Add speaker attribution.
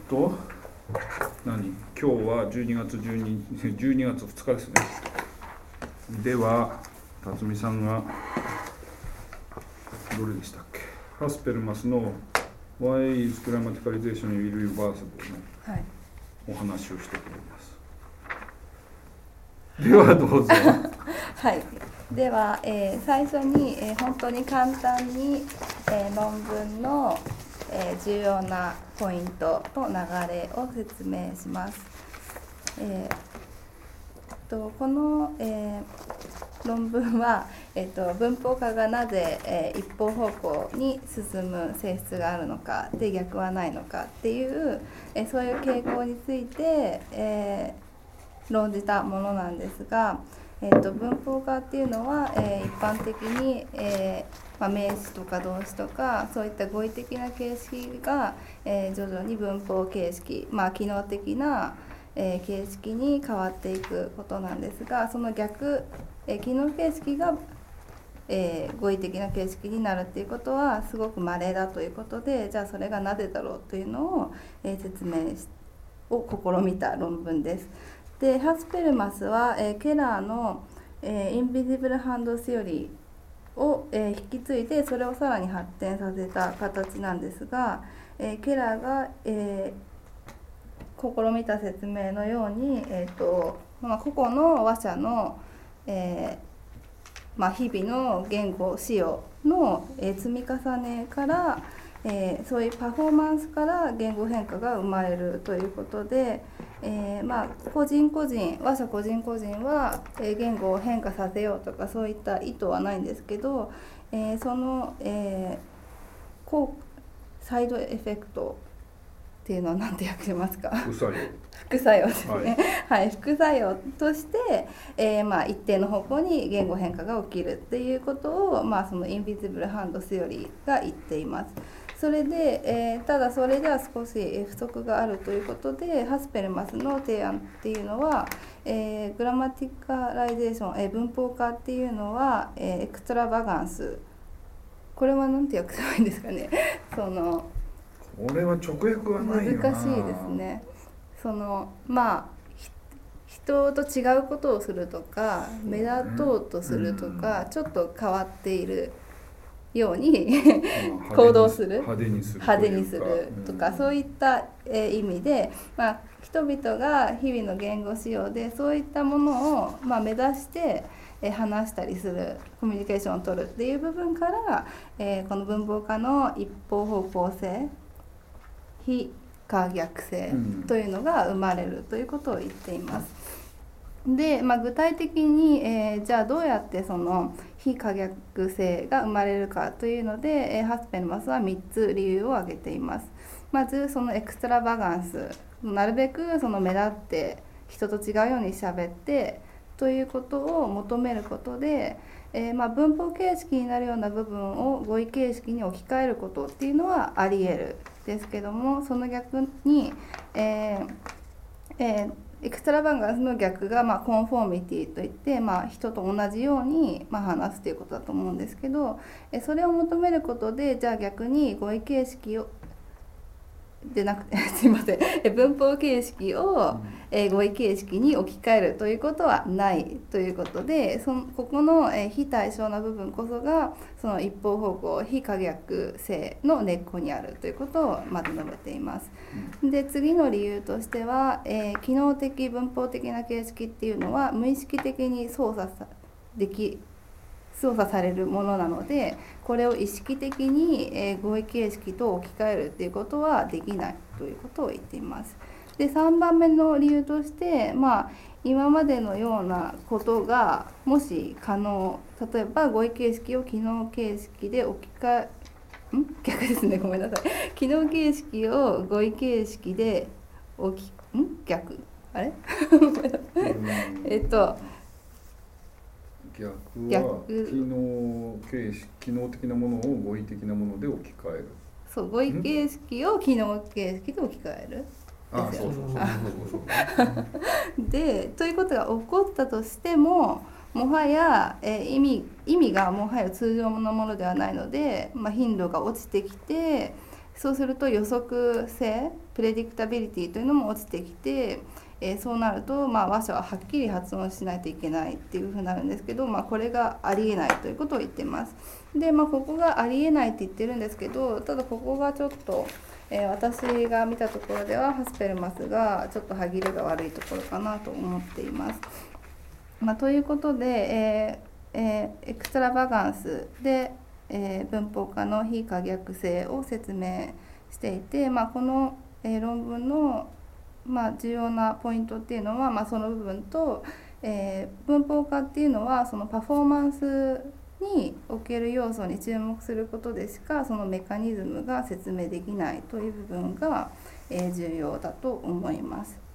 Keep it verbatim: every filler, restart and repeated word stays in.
Speaker 1: と何今日はじゅうにがつじゅうに、じゅうにがつふつかですね。では辰巳さんがどれでしたっけ、ハスペルマスの Why is grammaticalization irreversible のお話をしてくれます。ではどうぞ。
Speaker 2: はい、では、えー、最初に、えー、本当に簡単に、えー、論文の、えー、重要なポイントと流れを説明します。えー、とこの、えー、論文は、えー、と文法化がなぜ、えー、一方方向に進む性質があるのかで逆はないのかっていう、えー、そういう傾向について、えー、論じたものなんですが、えー、と文法化っていうのは、えー、一般的に、えーまあ、名詞とか動詞とかそういった語彙的な形式が、えー、徐々に文法形式、まあ、機能的な、えー、形式に変わっていくことなんですが、その逆、えー、機能形式が、えー、語彙的な形式になるっていうことはすごく稀だということで、じゃあそれがなぜだろうというのを、えー、説明しを試みた論文です。でハスペルマスは、えー、ケラーの、えー、インビジブルハンドセオリーを、えー、引き継いでそれをさらに発展させた形なんですが、えー、ケラーが、えー、試みた説明のように、えーとまあ、個々の話者の、えーまあ、日々の言語使用の、えー、積み重ねから、えー、そういうパフォーマンスから言語変化が生まれるということで、えーまあ、個人個人話者個人個人は、えー、言語を変化させようとかそういった意図はないんですけど、えー、その、えー、こうサイドエフェクトっていうのは何て訳せますか？
Speaker 1: 副作用。
Speaker 2: 副作用ですね。はい、はい、副作用として、えーまあ、一定の方向に言語変化が起きるっていうことを、まあ、そのインビジブルハンドセオリーが言っています。それで、えー、ただそれでは少し不足があるということで、ハスペルマスの提案っていうのは、えー、グラマティカライゼーション、えー、文法化っていうのは、えー、エクストラバガンス、これは何て訳せばいいんですかね。その
Speaker 1: これは直訳はないよな。
Speaker 2: 難しいですね。そのまあ人と違うことをするとか目立とうとするとか、うん、ちょっと変わっているように行動する、
Speaker 1: 派手にする
Speaker 2: 派手にするとか、うん、そういった、えー、意味で、まあ、人々が日々の言語使用でそういったものを、まあ、目指して、えー、話したりするコミュニケーションを取るっていう部分から、えー、この文法化の一方方向性、非可逆性というのが生まれるということを言っています。で、まあ、具体的に、えー、じゃあどうやってその非可逆性が生まれるかというので、えー、ハスペルマスはみっつ理由を挙げています。まずそのエクストラバガンス、なるべくその目立って人と違うように喋ってということを求めることで、えー、まあ文法形式になるような部分を語彙形式に置き換えることっていうのはあり得るですけども、その逆に、えーえーエクストラバガンスの逆が、まあ、コンフォーミティといって、まあ、人と同じように、まあ、話すということだと思うんですけど、えそれを求めることで、じゃあ逆に語彙形式をでなくてすいません文法形式を、えー、語彙形式に置き換えるということはないということで、そのここの、えー、非対称な部分こそがその一方方向非可逆性の根っこにあるということをまず述べています。で次の理由としては、えー、機能的文法的な形式っていうのは無意識的に操作さでき操作されるものなので、これを意識的に、えー、語彙形式と置き換えるということはできないということを言っています。でさんばんめの理由として、まあ、今までのようなことがもし可能、例えば語彙形式を機能形式で置き換えん逆ですねごめんなさい機能形式を語彙形式で置きん逆あれえっと
Speaker 1: 逆は機能形式、機能的なものを語彙的なもので置き換える。
Speaker 2: そう、語彙形式を機能形式で置き換える。
Speaker 1: ああ、そうそうそう
Speaker 2: そうで、ということが起こったとしても、もはや、えー、意味意味がもはや通常のものではないので、まあ、頻度が落ちてきて、 そうすると予測性プレディクタビリティというのも落ちてきて、えー、そうなると、まあ、話者ははっきり発音しないといけないっていうふうになるんですけど、まあ、これがありえないということを言ってます。で、まあ、ここがありえないって言ってるんですけど、ただここがちょっと、えー、私が見たところではハスペルマスがちょっと歯切れが悪いところかなと思っています。まあ、ということで、えーえー、エクストラバガンスで、えー、文法化の非可逆性を説明していて、まあ、この、えー、論文のまあ、重要なポイントっていうのは、まあ、その部分と、えー、文法化っていうのはそのパフォーマンスにおける要素に注目することでしかそのメカニズムが説明できないという部分が、えー、重要だと思います。